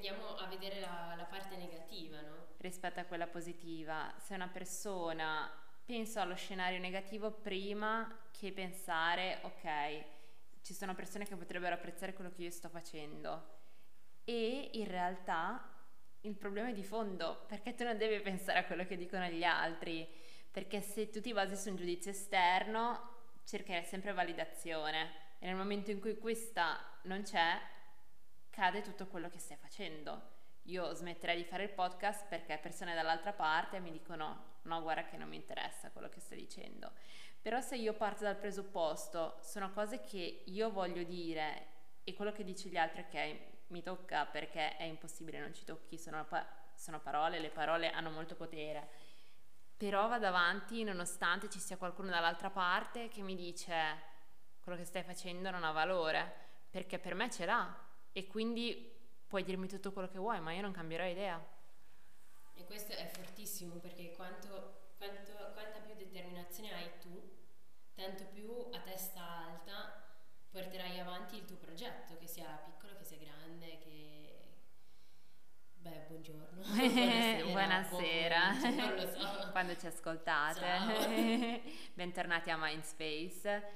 tendiamo a vedere la parte negativa, no? rispetto a quella positiva. Se una persona penso allo scenario negativo prima che pensare, ok, ci sono persone che potrebbero apprezzare quello che io sto facendo, e in realtà il problema è di fondo, perché tu non devi pensare a quello che dicono gli altri, perché se tu ti basi su un giudizio esterno cercherai sempre validazione, e nel momento in cui questa non c'è, cade tutto quello che stai facendo. Io smetterei di fare il podcast perché persone dall'altra parte mi dicono no, guarda che non mi interessa quello che stai dicendo. Però se io parto dal presupposto sono cose che io voglio dire e quello che dici gli altri, ok, mi tocca perché è impossibile non ci tocchi, sono parole, le parole hanno molto potere, però vado avanti nonostante ci sia qualcuno dall'altra parte che mi dice quello che stai facendo non ha valore, perché per me ce l'ha, e quindi puoi dirmi tutto quello che vuoi, ma io non cambierò idea. E questo è fortissimo perché quanta più determinazione hai tu, tanto più a testa alta porterai avanti il tuo progetto, che sia piccolo, che sia grande, che... Beh, buongiorno, buonasera, buon Buonasera, pomeriggio, non lo so. quando ci Ciao. ascoltate. Bentornati a Mindspace.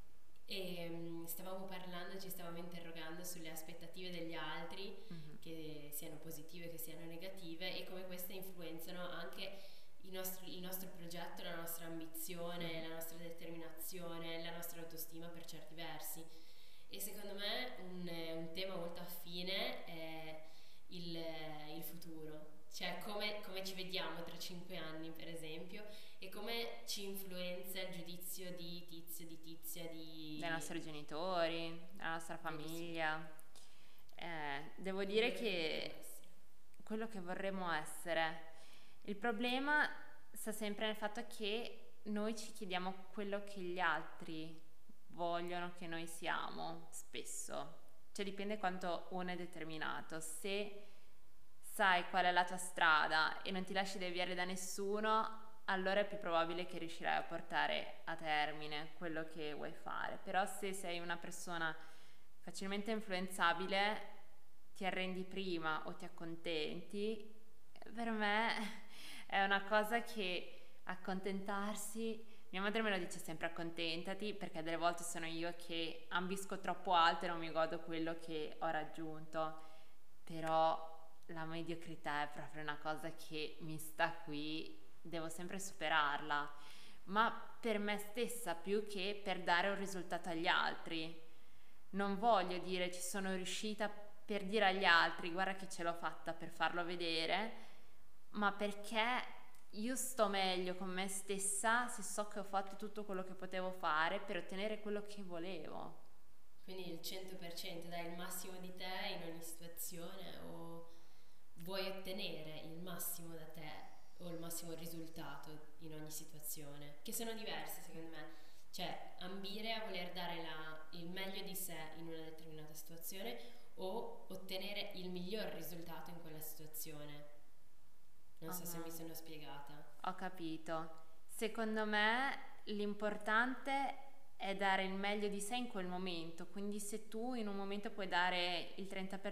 E stavamo parlando, ci stavamo interrogando sulle aspettative degli altri, Mhm. che siano positive, che siano negative, e come queste influenzano anche il nostro progetto, la nostra ambizione, la nostra determinazione, la nostra autostima per certi versi. E secondo me un tema molto affine è il, il futuro, cioè come ci vediamo tra 5 anni, per esempio, e come ci influenza il giudizio di tizio, di tizia, Dai di... nostri genitori, dalla nostra Verissimo. famiglia. Devo Di dire quello che vorremmo che essere. quello che vorremmo essere, il problema sta sempre nel fatto che noi ci chiediamo quello che gli altri vogliono che noi siamo, spesso. Cioè dipende quanto uno è determinato. Se sai qual è la tua strada e non ti lasci deviare da nessuno, allora è più probabile che riuscirai a portare a termine quello che vuoi fare. Però se sei una persona facilmente influenzabile, ti arrendi prima o ti accontenti, per me è una cosa che accontentarsi, mia madre me lo dice sempre, accontentati, perché delle volte sono io che ambisco troppo alto e non mi godo quello che ho raggiunto, però la mediocrità è proprio una cosa che mi sta qui, devo sempre superarla, ma per me stessa più che per dare un risultato agli altri. Non voglio dire ci sono riuscita per dire agli altri guarda che ce l'ho fatta, per farlo vedere, ma perché io sto meglio con me stessa se so che ho fatto tutto quello che potevo fare per ottenere quello che volevo. Quindi il 100% dai il massimo di te in ogni situazione, o vuoi ottenere il massimo da te o il massimo risultato in ogni situazione, che sono diverse secondo me. Cioè, ambire a voler dare il meglio di sé in una determinata situazione o ottenere il miglior risultato in quella situazione. Non so se mi Ah, sono spiegata. ho capito. Secondo me l'importante è dare il meglio di sé in quel momento, quindi se tu in un momento puoi dare il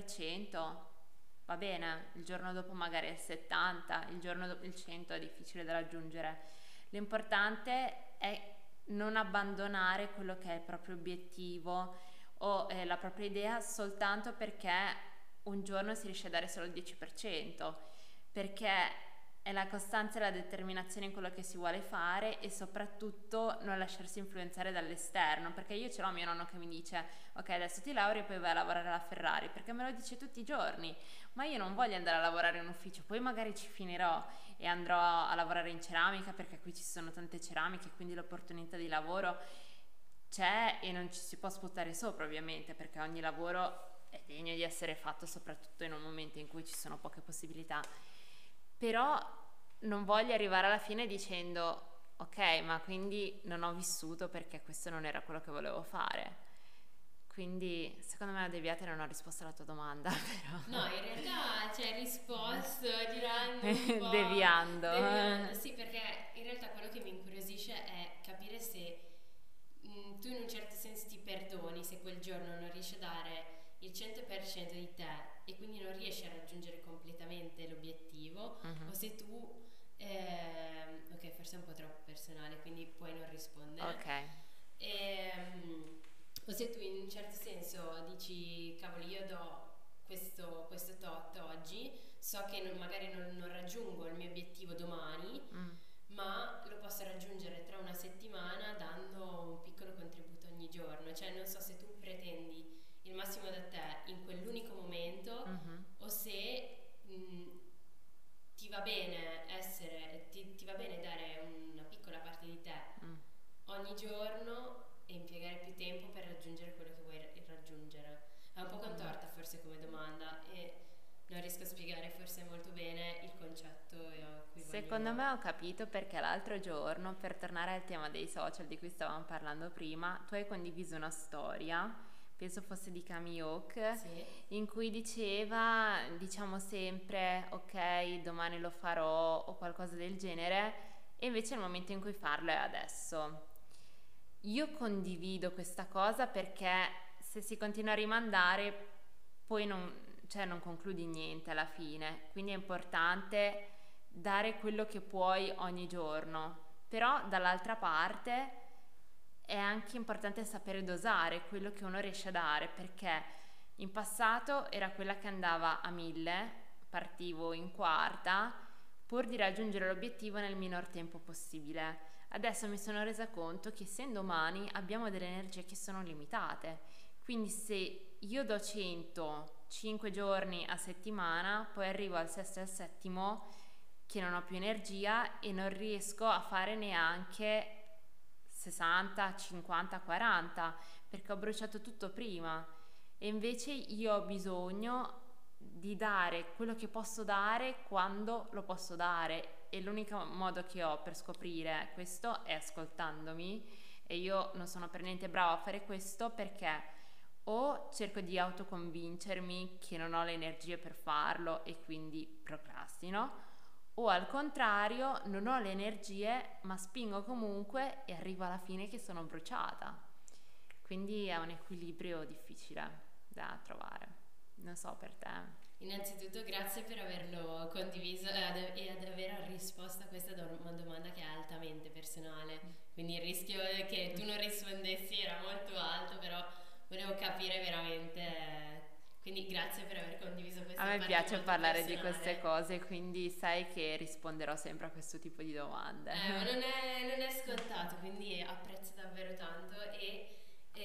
30%, va bene, il giorno dopo magari è il 70%, il giorno dopo il 100% è difficile da raggiungere. L'importante è non abbandonare quello che è il proprio obiettivo o la propria idea soltanto perché un giorno si riesce a dare solo il 10%, perché è la costanza e la determinazione in quello che si vuole fare, e soprattutto non lasciarsi influenzare dall'esterno, perché io ce l'ho mio nonno che mi dice ok adesso ti lauri e poi vai a lavorare alla Ferrari, perché me lo dice tutti i giorni, ma io non voglio andare a lavorare in ufficio, poi magari ci finirò e andrò a lavorare in ceramica perché qui ci sono tante ceramiche, quindi l'opportunità di lavoro c'è e non ci si può sputare sopra ovviamente, perché ogni lavoro è degno di essere fatto, soprattutto in un momento in cui ci sono poche possibilità. Però non voglio arrivare alla fine dicendo ok, ma quindi non ho vissuto perché questo non era quello che volevo fare. Quindi secondo me ho deviato e non ho risposto alla tua domanda, No, però in realtà ci hai risposto girando un po', deviando. deviando. Sì, perché in realtà quello che mi incuriosisce è capire se tu in un certo senso ti perdoni se quel giorno non riesci a dare il 100% di te e quindi non riesci a raggiungere completamente l'obiettivo, o se tu ok, forse è un po' troppo personale, quindi puoi non rispondere. Ok. O se tu in un certo senso dici, cavolo, io do questo tot oggi, so che magari non raggiungo il mio obiettivo domani, ma lo posso raggiungere tra una settimana dando un piccolo contributo ogni giorno. Cioè non so se tu pretendi il massimo da te in quell'unico momento, o se ti va bene ti va bene dare una piccola parte di te ogni giorno e impiegare più tempo per raggiungere quello che vuoi raggiungere. È un po' contorta forse come domanda e non riesco a spiegare forse molto bene il concetto a cui Secondo me ho capito, perché l'altro giorno, per tornare al tema dei social di cui stavamo parlando prima, tu hai condiviso una storia, penso fosse di Cami Hawk, Sì. in cui diceva, diciamo sempre, ok, domani lo farò o qualcosa del genere, e invece il momento in cui farlo è adesso. Io condivido questa cosa perché se si continua a rimandare poi non concludi niente alla fine, quindi è importante dare quello che puoi ogni giorno, però dall'altra parte è anche importante sapere dosare quello che uno riesce a dare, perché in passato era quella che andava a 1000, partivo in quarta pur di raggiungere l'obiettivo nel minor tempo possibile. Adesso mi sono resa conto che essendo umani abbiamo delle energie che sono limitate, quindi se io do 105 giorni a settimana, poi arrivo al sesto e al settimo che non ho più energia e non riesco a fare neanche 60, 50, 40 perché ho bruciato tutto prima, e invece io ho bisogno di dare quello che posso dare quando lo posso dare, e l'unico modo che ho per scoprire questo è ascoltandomi, e io non sono per niente brava a fare questo perché o cerco di autoconvincermi che non ho le energie per farlo e quindi procrastino, o al contrario non ho le energie ma spingo comunque e arrivo alla fine che sono bruciata. Quindi è un equilibrio difficile da trovare. Non so per te. Innanzitutto grazie per averlo condiviso e ad aver risposto a questa domanda che è altamente personale, quindi il rischio che tu non rispondessi era molto alto, però volevo capire veramente, quindi grazie per aver condiviso questa A me parte piace molto parlare personale. di queste cose, quindi sai che risponderò sempre a questo tipo di domande. Ma non è scontato, quindi apprezzo davvero tanto e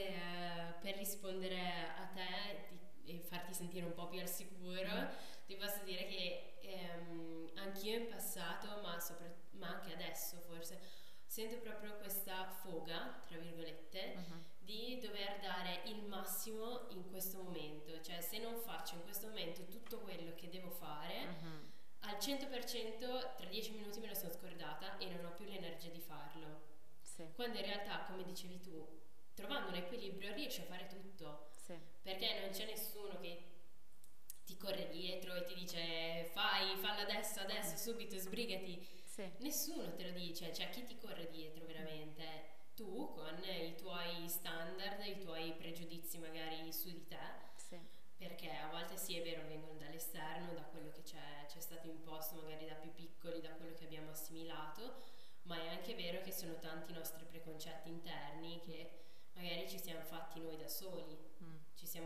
per rispondere a te e farti sentire un po' più al sicuro, ti posso dire che anch'io in passato, ma anche adesso forse, sento proprio questa foga, tra virgolette, di dover dare il massimo in questo momento. Cioè se non faccio in questo momento tutto quello che devo fare, al 100% tra 10 minuti me lo sono scordata e non ho più l'energia di farlo. Sì. Quando in realtà, come dicevi tu, trovando un equilibrio riesci a fare tutto. Sì. Perché non c'è nessuno che ti corre dietro e ti dice fallo adesso, subito, sbrigati. Sì. Nessuno te lo dice, cioè chi ti corre dietro veramente? Tu con i tuoi standard, i tuoi pregiudizi magari su di te, Sì. perché a volte sì è vero vengono dall'esterno, da quello che c'è stato imposto magari da più piccoli, da quello che abbiamo assimilato, ma è anche vero che sono tanti i nostri preconcetti interni che magari ci siamo fatti noi da soli, ci siamo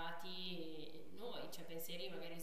creati noi, cioè pensieri magari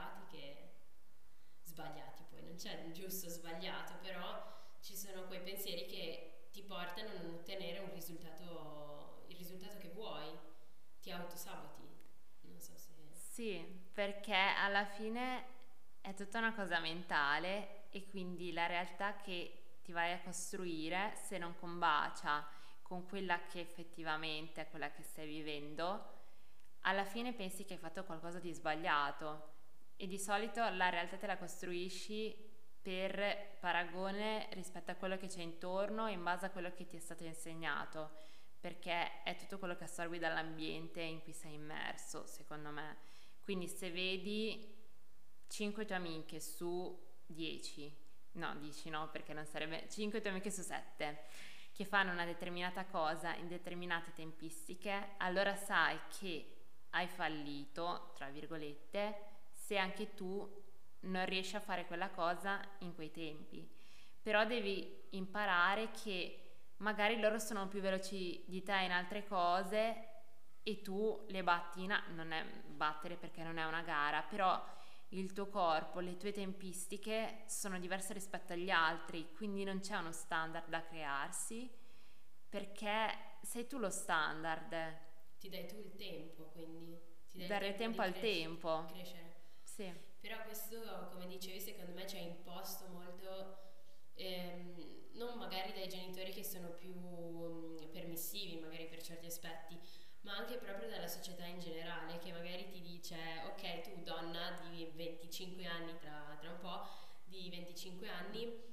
sbagliati poi, non c'è il giusto o sbagliato, però ci sono quei pensieri che ti portano a non ottenere il risultato che vuoi, ti autosaboti, non so se... Sì, perché alla fine è tutta una cosa mentale, e quindi la realtà che ti vai a costruire, se non combacia con quella che effettivamente è quella che stai vivendo, alla fine pensi che hai fatto qualcosa di sbagliato, e di solito la realtà te la costruisci per paragone rispetto a quello che c'è intorno e in base a quello che ti è stato insegnato, perché è tutto quello che assorbi dall'ambiente in cui sei immerso, secondo me. Quindi se vedi 5 tue amiche su 10, no 10 no, perché non sarebbe 5 tue amiche su 7 che fanno una determinata cosa in determinate tempistiche, allora sai che hai fallito, tra virgolette, se anche tu non riesci a fare quella cosa in quei tempi. Però devi imparare che magari loro sono più veloci di te in altre cose e tu le batti non è battere perché non è una gara, però il tuo corpo, le tue tempistiche sono diverse rispetto agli altri, quindi non c'è uno standard da crearsi perché sei tu lo standard. Ti dai tu il tempo, quindi ti dai il Dare tempo tempo di al tempo. crescere. Sì. Però questo, come dicevi, secondo me ci ha imposto molto, non magari dai genitori che sono più permissivi, magari per certi aspetti, ma anche proprio dalla società in generale, che magari ti dice, ok, tu donna di 25 anni, tra un po', di 25 anni,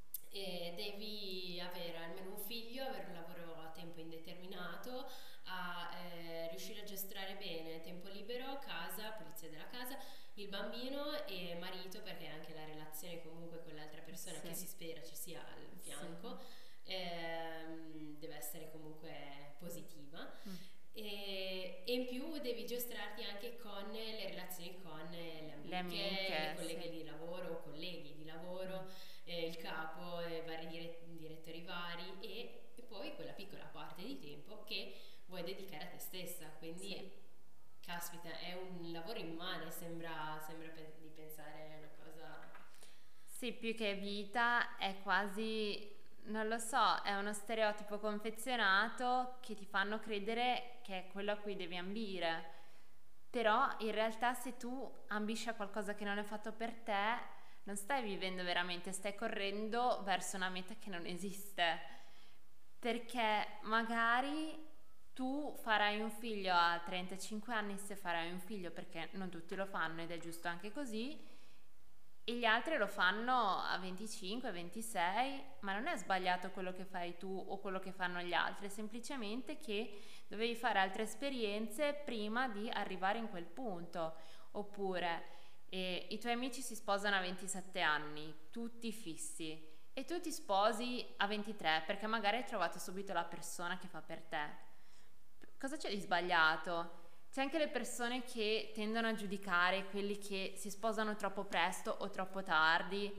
devi avere almeno un figlio, avere un lavoro a tempo indeterminato, a riuscire a gestire bene tempo libero, casa, pulizia della casa, il bambino e marito, perché anche la relazione comunque con l'altra persona Sì. che si spera ci sia al fianco deve essere comunque positiva. E in più devi giostrarti anche con le relazioni con le amiche, le colleghe sì. di lavoro o colleghi di lavoro, il capo, vari direttori vari e poi quella piccola parte di tempo che vuoi dedicare a te stessa, quindi Sì. caspita, è un lavoro immane, sembra di pensare a una cosa. Sì, più che vita è quasi, non lo so, è uno stereotipo confezionato che ti fanno credere che è quello a cui devi ambire. Però in realtà se tu ambisci a qualcosa che non è fatto per te, non stai vivendo veramente, stai correndo verso una meta che non esiste. Perché magari tu farai un figlio a 35 anni se farai un figlio, perché non tutti lo fanno ed è giusto anche così, e gli altri lo fanno a 25, 26, ma non è sbagliato quello che fai tu o quello che fanno gli altri, è semplicemente che dovevi fare altre esperienze prima di arrivare in quel punto. Oppure i tuoi amici si sposano a 27 anni, tutti fissi, e tu ti sposi a 23 perché magari hai trovato subito la persona che fa per te. Cosa c'è di sbagliato? C'è anche le persone che tendono a giudicare quelli che si sposano troppo presto o troppo tardi.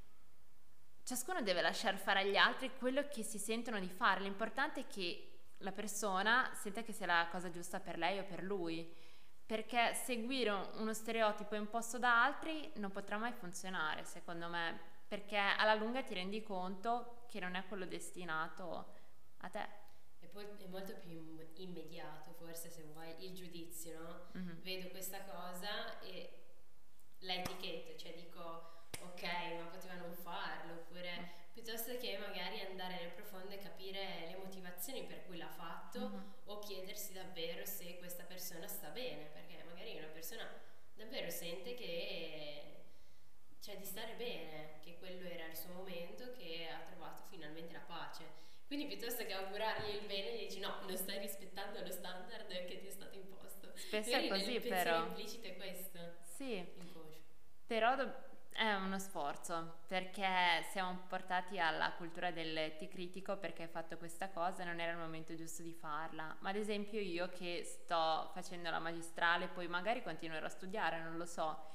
Ciascuno deve lasciare fare agli altri quello che si sentono di fare. L'importante è che la persona senta che sia la cosa giusta per lei o per lui. Perché seguire uno stereotipo imposto da altri non potrà mai funzionare, secondo me. Perché alla lunga ti rendi conto che non è quello destinato a te. E poi è molto più immediato, forse, se vuoi, il giudizio, no? Mhm. Vedo questa cosa e la etichetto, cioè dico ok, ma poteva non farlo, oppure piuttosto che magari andare nel profondo e capire le motivazioni per cui l'ha fatto Mhm. o chiedersi davvero se questa persona sta bene, perché magari una persona davvero sente che cioè di stare bene, che quello era il suo momento, che ha trovato finalmente la pace. Quindi piuttosto che augurargli il bene, gli dici no, non stai rispettando lo standard che ti è stato imposto. Spesso è Magari così, nel pensiero però. implicito è questo, Sì, inconscio. però è uno sforzo perché siamo portati alla cultura del ti critico perché hai fatto questa cosa e non era il momento giusto di farla. Ma ad esempio io che sto facendo la magistrale, poi magari continuerò a studiare, non lo so.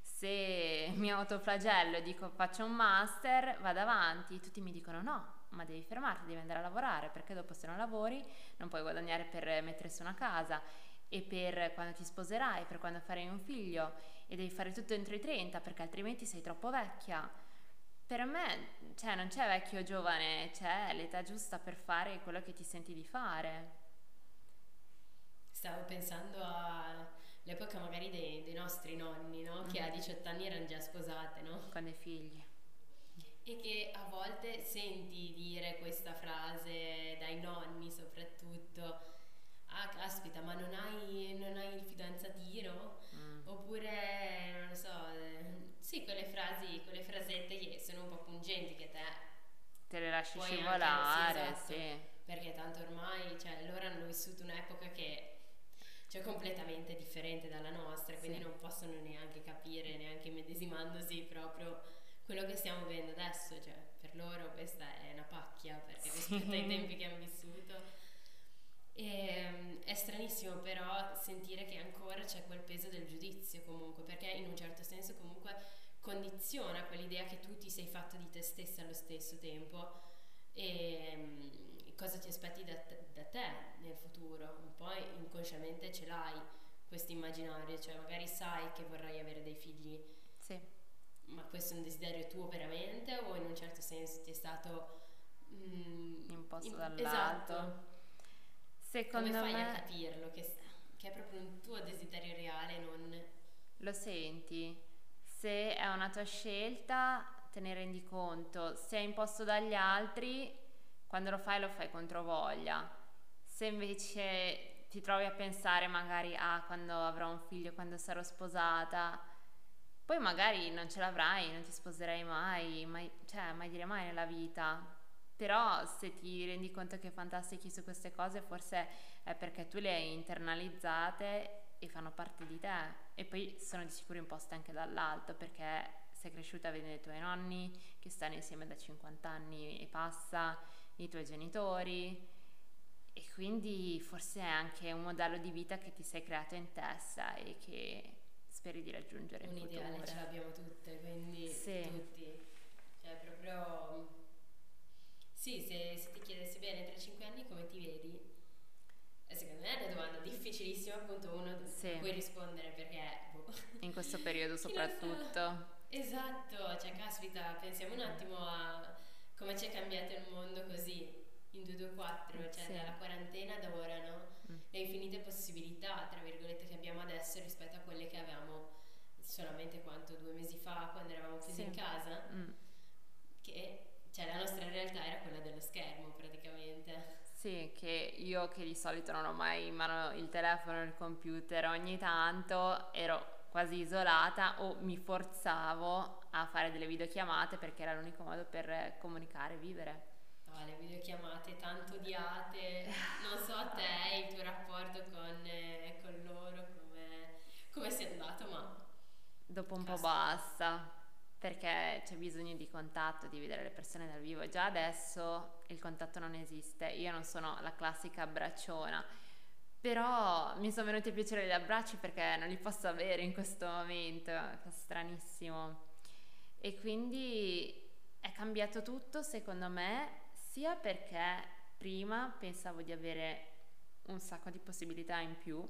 Se mi autoflagello e dico faccio un master, vado avanti, tutti mi dicono no, ma devi fermarti, devi andare a lavorare perché dopo se non lavori non puoi guadagnare per mettere su una casa e per quando ti sposerai, per quando farai un figlio e devi fare tutto entro i 30 perché altrimenti sei troppo vecchia. Per me, cioè, non c'è vecchio o giovane, c'è l'età giusta per fare quello che ti senti di fare. Stavo pensando all'epoca magari dei nostri nonni, no? Che a 18 anni erano già sposate, no? Con dei figli. E che a volte senti dire questa frase dai nonni soprattutto, ah caspita, ma non hai il fidanzatino? Oppure, non lo so, sì, quelle frasi, quelle frasette che sono un po' pungenti che te Te le lasci puoi scivolare, anche, sì, esatto, sì. perché tanto ormai, cioè, loro hanno vissuto un'epoca che cioè completamente differente dalla nostra, quindi Sì. non possono neanche capire, neanche immedesimandosi proprio quello che stiamo vivendo adesso, cioè per loro questa è una pacchia perché rispetto ai tempi che hanno vissuto E, è stranissimo però sentire che ancora c'è quel peso del giudizio comunque, perché in un certo senso comunque condiziona quell'idea che tu ti sei fatto di te stessa allo stesso tempo e cosa ti aspetti da te nel futuro. Un po' inconsciamente ce l'hai questo immaginario, cioè magari sai che vorrai avere dei figli, Sì, ma questo è un desiderio tuo veramente o in un certo senso ti è stato imposto dall'alto. esatto. Come Secondo fai a me capirlo che è proprio un tuo desiderio reale, non... lo senti. Se è una tua scelta, te ne rendi conto. Se è imposto dagli altri, quando lo fai controvoglia. Se invece ti trovi a pensare magari quando avrò un figlio, quando sarò sposata, poi magari non ce l'avrai, non ti sposerai mai, cioè mai dire mai nella vita. Però se ti rendi conto che fantastichi su queste cose, forse è perché tu le hai internalizzate e fanno parte di te. E poi sono di sicuro imposte anche dall'alto, perché sei cresciuta vedendo i tuoi nonni che stanno insieme da 50 anni e passa, i tuoi genitori, e quindi forse è anche un modello di vita che ti sei creato in testa e che speri di raggiungere in Un futuro. ideale ce l'abbiamo tutte, quindi Sì, tutti. Cioè proprio... Sì, se ti chiedessi bene tra 5 anni come ti vedi, secondo me è una domanda difficilissima appunto uno a sì, cui rispondere perché... boh, in questo periodo chi lo sa? soprattutto. Esatto, cioè caspita, pensiamo un attimo a come c'è cambiato il mondo così, in 224, cioè Sì. dalla quarantena ad ora, no? Mm. Le infinite possibilità, tra virgolette, che abbiamo adesso rispetto a quelle che avevamo solamente quanto 2 mesi fa, quando eravamo chiusi Sì. in casa, Mm. che cioè la nostra realtà era quella dello schermo praticamente. Sì, che io che di solito non ho mai in mano il telefono o il computer, ogni tanto ero quasi isolata o mi forzavo a fare delle videochiamate perché era l'unico modo per comunicare e vivere. No, le videochiamate tanto odiate, non so a te il tuo rapporto con loro, come sia andato, ma Dopo un po' caspita. basta, perché c'è bisogno di contatto, di vedere le persone dal vivo. Già adesso il contatto non esiste. Io non sono la classica abbracciona, però mi sono venuti a piacere gli abbracci perché non li posso avere in questo momento, fa stranissimo. E quindi è cambiato tutto secondo me, sia perché prima pensavo di avere un sacco di possibilità in più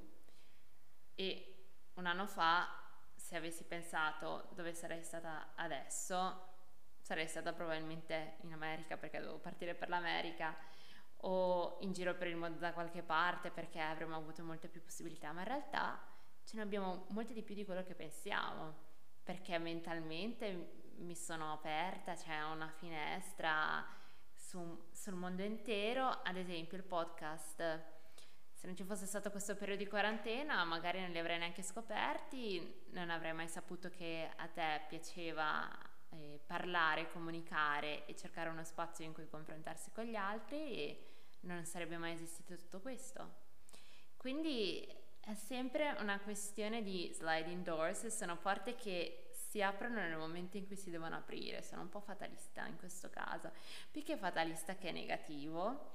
e un anno fa, se avessi pensato dove sarei stata adesso, sarei stata probabilmente in America perché dovevo partire per l'America o in giro per il mondo da qualche parte perché avremmo avuto molte più possibilità, ma in realtà ce ne abbiamo molte di più di quello che pensiamo, perché mentalmente mi sono aperta, c'è una finestra sul mondo intero, ad esempio il podcast. Se non ci fosse stato questo periodo di quarantena, magari non li avrei neanche scoperti, non avrei mai saputo che a te piaceva parlare, comunicare e cercare uno spazio in cui confrontarsi con gli altri e non sarebbe mai esistito tutto questo. Quindi è sempre una questione di sliding doors, sono porte che si aprono nel momento in cui si devono aprire. Sono un po' fatalista in questo caso, più che fatalista che negativo.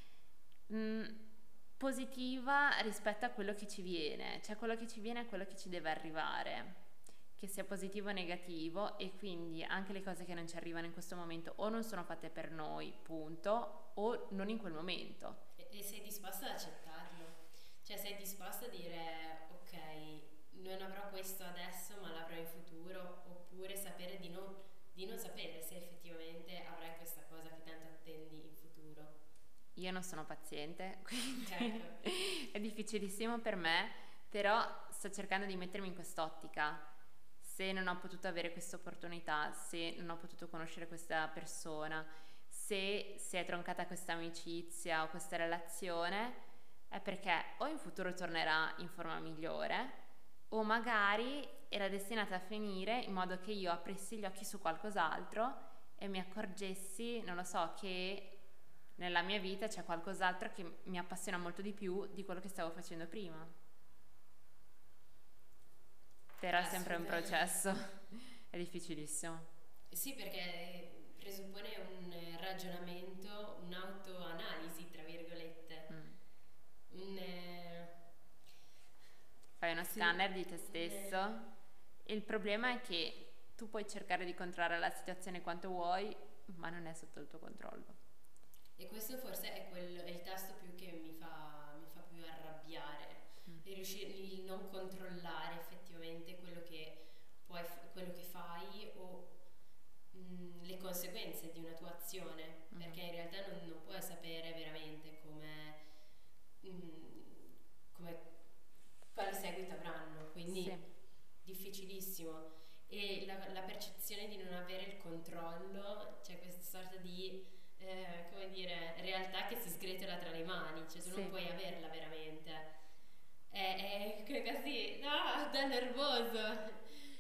Positiva rispetto a quello che ci viene, cioè quello che ci viene è quello che ci deve arrivare, che sia positivo o negativo, e quindi anche le cose che non ci arrivano in questo momento o non sono fatte per noi, punto, o non in quel momento. E sei disposta ad accettarlo? Cioè sei disposta a dire ok, non avrò questo adesso ma l'avrò in futuro, oppure sapere di non sapere se effettivamente avrai questa cosa che tanto attendi in futuro? Io non sono paziente, quindi Ecco, è difficilissimo per me, però sto cercando di mettermi in quest'ottica. Se non ho potuto avere questa opportunità, se non ho potuto conoscere questa persona, se si è troncata questa amicizia o questa relazione, è perché o in futuro tornerà in forma migliore o magari era destinata a finire in modo che io aprissi gli occhi su qualcos'altro e mi accorgessi, non lo so, che nella mia vita c'è qualcos'altro che mi appassiona molto di più di quello che stavo facendo prima. Però è sempre un caspita. processo, è difficilissimo. Sì, perché presuppone un ragionamento, un'autoanalisi, tra virgolette. Mm. fai uno Sì. scanner di te stesso. Il problema è che tu puoi cercare di controllare la situazione quanto vuoi, ma non è sotto il tuo controllo. E questo forse è il tasto più che mi fa più arrabbiare, il riuscire il non controllare effettivamente quello che fai o le conseguenze di una tua azione, perché in realtà non puoi sapere veramente come quale seguito avranno, Sì, quindi difficilissimo. E la percezione di non avere il controllo, c'è questa sorta di, come dire, realtà che si sgretola tra le mani, cioè tu non sì. puoi averla veramente. È così, no, da nervoso.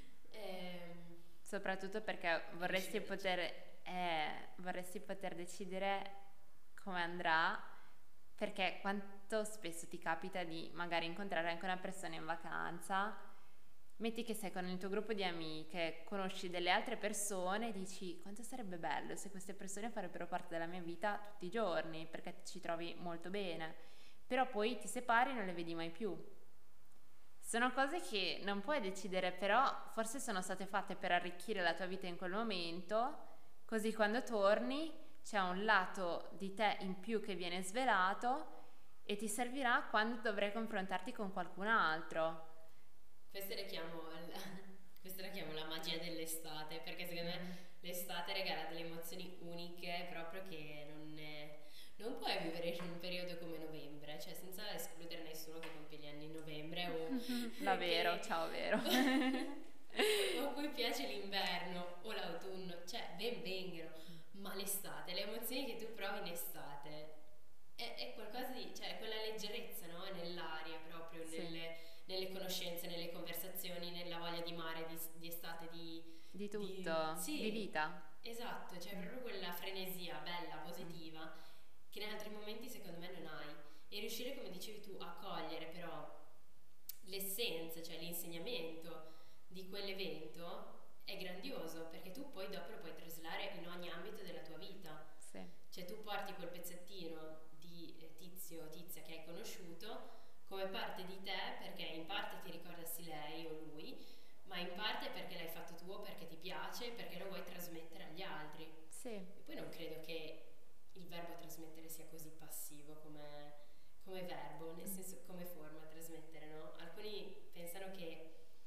Soprattutto perché Per riuscire a decidere. vorresti poter decidere come andrà, perché quanto spesso ti capita di magari incontrare anche una persona in vacanza, metti che sei con il tuo gruppo di amiche, conosci delle altre persone e dici quanto sarebbe bello se queste persone farebbero parte della mia vita tutti i giorni, perché ci trovi molto bene, però poi ti separi e non le vedi mai più. Sono cose che non puoi decidere, però forse sono state fatte per arricchire la tua vita in quel momento, così quando torni c'è un lato di te in più che viene svelato e ti servirà quando dovrai confrontarti con qualcun altro. Questa la chiamo, questa la chiamo la magia dell'estate, perché secondo me l'estate regala delle emozioni uniche proprio che non puoi vivere in un periodo come novembre, cioè senza escludere nessuno che compie gli anni in novembre o La Vero, che ciao Vero. o a cui piace l'inverno o l'autunno, cioè ben vengano, ma l'estate, le emozioni che tu provi in estate è qualcosa di, cioè quella leggerezza, no? Nell'aria proprio, Sì, nelle conoscenze, nelle conversazioni, nella voglia di mare, di estate, di tutto, di sì, vita. esatto, cioè proprio quella frenesia bella, positiva, che in altri momenti secondo me non hai. E riuscire, come dicevi tu, a cogliere però l'essenza, cioè l'insegnamento di quell'evento è grandioso, perché tu poi dopo lo puoi traslare in ogni ambito della tua vita. Sì, Cioè tu porti quel pezzettino di tizio o tizia che hai conosciuto come parte di te, perché in parte ti ricordassi lei o lui, ma in parte perché l'hai fatto tuo, perché ti piace, perché lo vuoi trasmettere agli altri. sì. E poi non credo che il verbo trasmettere sia così passivo come verbo, nel senso come forma trasmettere, no? Alcuni pensano che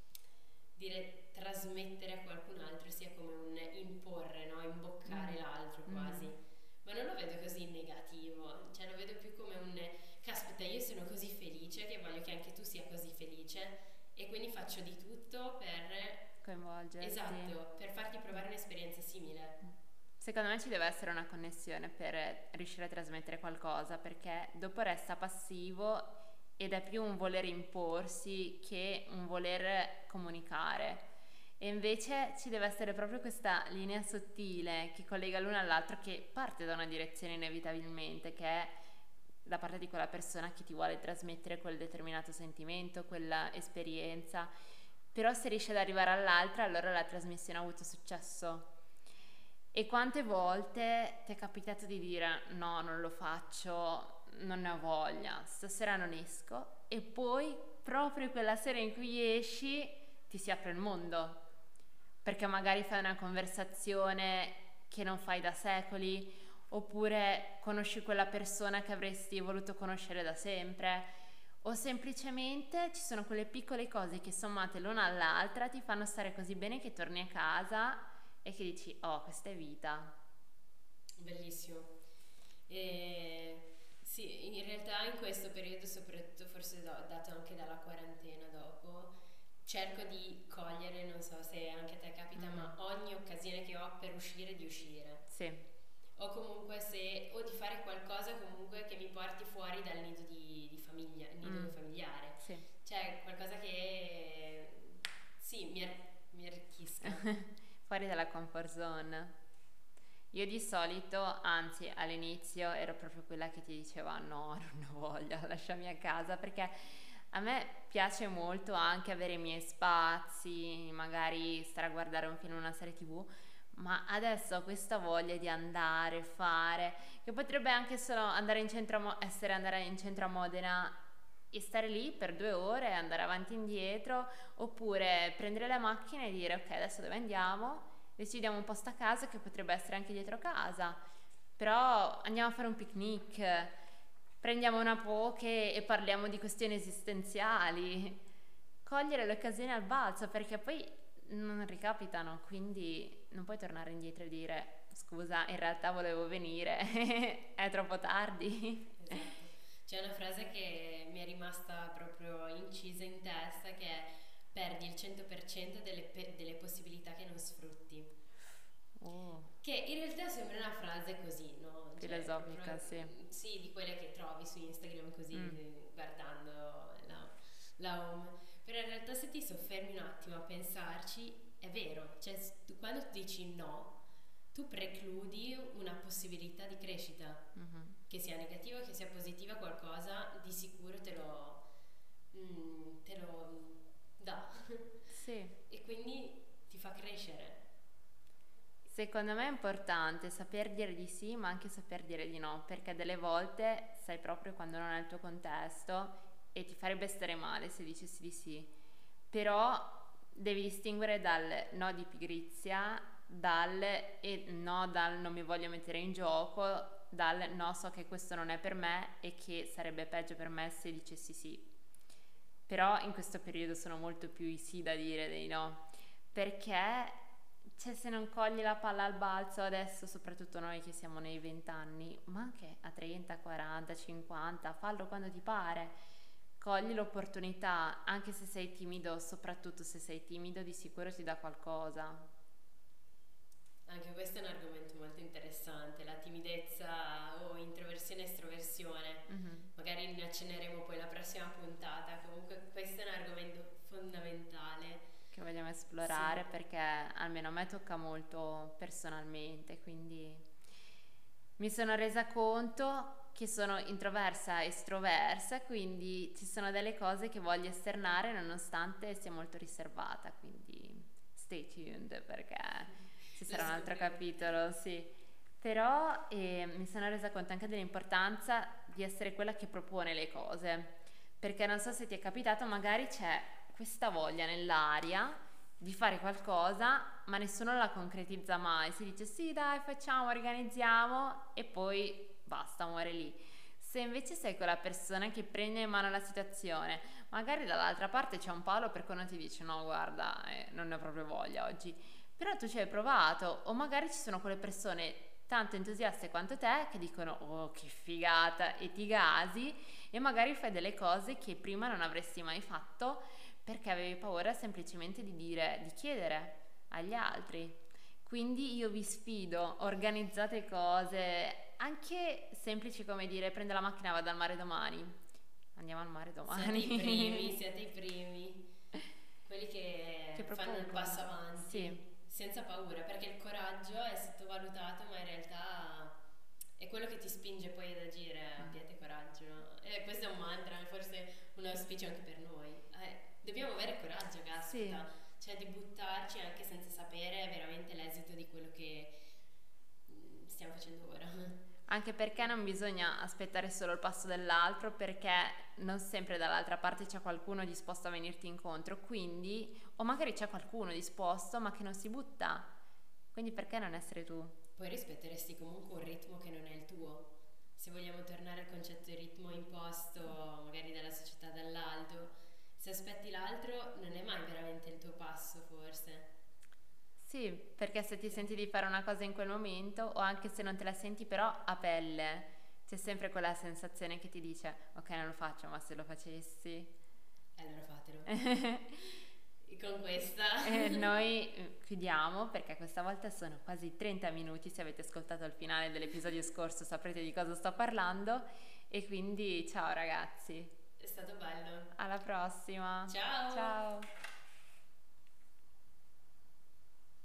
dire trasmettere a qualcun altro sia come un imporre, no? Imboccare l'altro quasi. Ma non lo vedo così negativo, cioè lo vedo più come un caspita, io sono così felice che voglio che anche tu sia così felice e quindi faccio di tutto per, Coinvolgerti. esatto, per farti provare un'esperienza simile. Secondo me ci deve essere una connessione per riuscire a trasmettere qualcosa, perché dopo resta passivo ed è più un voler imporsi che un voler comunicare. E invece ci deve essere proprio questa linea sottile che collega l'uno all'altro, che parte da una direzione inevitabilmente, che è da parte di quella persona che ti vuole trasmettere quel determinato sentimento, quella esperienza. Però se riesci ad arrivare all'altra, allora la trasmissione ha avuto successo. E quante volte ti è capitato di dire no, non lo faccio, non ne ho voglia, stasera non esco, e poi proprio quella sera in cui esci ti si apre il mondo, perché magari fai una conversazione che non fai da secoli, oppure conosci quella persona che avresti voluto conoscere da sempre, o semplicemente ci sono quelle piccole cose che sommate l'una all'altra ti fanno stare così bene che torni a casa e che dici oh, questa è vita. Bellissimo. E sì, in realtà in questo periodo, soprattutto forse dato anche dalla quarantena dopo, cerco di cogliere, non so se anche a te capita, ma ogni occasione che ho per uscire di uscire. Sì, O comunque o di fare qualcosa comunque che mi porti fuori dal nido di famiglia, il nido familiare. sì. Cioè qualcosa che sì, mi arricchisca. Fuori dalla comfort zone. Io di solito, anzi all'inizio ero proprio quella che ti diceva no, non ho voglia, lasciami a casa, perché a me piace molto anche avere i miei spazi, magari stare a guardare un film, una serie TV, ma adesso ho questa voglia di andare, fare, che potrebbe anche solo andare in centro, essere andare in centro a Modena e stare lì per 2 ore, andare avanti e indietro, oppure prendere la macchina e dire ok, adesso dove andiamo? Decidiamo un posto a caso che potrebbe essere anche dietro casa, però andiamo a fare un picnic, prendiamo una poke e parliamo di questioni esistenziali, cogliere le occasioni al balzo, perché poi non ricapitano, quindi non puoi tornare indietro e dire scusa, in realtà volevo venire, è troppo tardi. Esatto. C'è una frase che mi è rimasta proprio incisa in testa che è perdi il 100% delle possibilità che non sfrutti. Oh, Che in realtà sembra una frase così, no? Cioè, filosofica, sì. Sì, di quelle che trovi su Instagram così, guardando la home. Però in realtà se ti soffermi un attimo a pensarci, è vero. Cioè, quando tu dici no, tu precludi una possibilità di crescita, che sia negativa, che sia positiva, qualcosa di sicuro te lo dà. Sì. E quindi ti fa crescere. Secondo me è importante saper dire di sì, ma anche saper dire di no, perché delle volte sai proprio quando non è il tuo contesto e ti farebbe stare male se dicessi di sì. Però devi distinguere dal no di pigrizia, dal e no dal non mi voglio mettere in gioco, dal no so che questo non è per me e che sarebbe peggio per me se dicessi sì. Però in questo periodo sono molto più i sì da dire dei no, perché cioè, se non cogli la palla al balzo adesso, soprattutto noi che siamo nei 20 anni, ma anche a 30, 40, 50, fallo quando ti pare. Cogli l'opportunità, anche se sei timido, soprattutto se sei timido, di sicuro ti dà qualcosa. Anche questo è un argomento molto interessante, la timidezza o introversione e estroversione. Magari ne accenneremo poi la prossima puntata. Comunque questo è un argomento fondamentale. Che vogliamo esplorare Sì. perché almeno a me tocca molto personalmente, quindi mi sono resa conto che sono introversa e estroversa, quindi ci sono delle cose che voglio esternare nonostante sia molto riservata, quindi stay tuned perché ci sarà un altro capitolo, sì. Però mi sono resa conto anche dell'importanza di essere quella che propone le cose, perché non so se ti è capitato, magari c'è questa voglia nell'aria di fare qualcosa, ma nessuno la concretizza mai. Si dice sì, dai, facciamo, organizziamo e poi basta, muore lì. Se invece sei quella persona che prende in mano la situazione, magari dall'altra parte c'è un palo per cui non ti dice no, guarda, non ne ho proprio voglia oggi, però tu ci hai provato, o magari ci sono quelle persone tanto entusiaste quanto te che dicono oh che figata e ti gasi e magari fai delle cose che prima non avresti mai fatto perché avevi paura semplicemente di dire, di chiedere agli altri. Quindi io vi sfido, organizzate cose, anche semplici come dire prendo la macchina e vado al mare domani. Andiamo al mare domani. Siete i primi, quelli che fanno il passo avanti, sì. Senza paura, perché il coraggio è sottovalutato, ma in realtà è quello che ti spinge poi ad agire, abbiate coraggio. E questo è un mantra, forse un auspicio anche per noi. Dobbiamo avere coraggio, caspita, cioè di buttarci anche senza sapere veramente l'esito di quello che stiamo facendo ora. Anche perché non bisogna aspettare solo il passo dell'altro, perché non sempre dall'altra parte c'è qualcuno disposto a venirti incontro, quindi, o magari c'è qualcuno disposto ma che non si butta, quindi perché non essere tu? Poi rispetteresti comunque un ritmo che non è il tuo. Se vogliamo tornare al concetto di ritmo imposto magari dalla società dall'alto, se aspetti l'altro non è mai veramente il tuo passo, forse. Sì, perché se ti senti di fare una cosa in quel momento, o anche se non te la senti però a pelle, c'è sempre quella sensazione che ti dice ok non lo faccio, ma se lo facessi... Allora fatelo. E con questa noi chiudiamo perché questa volta sono quasi 30 minuti, se avete ascoltato il finale dell'episodio scorso saprete di cosa sto parlando e quindi ciao ragazzi. È stato bello. Alla prossima. Ciao. Ciao.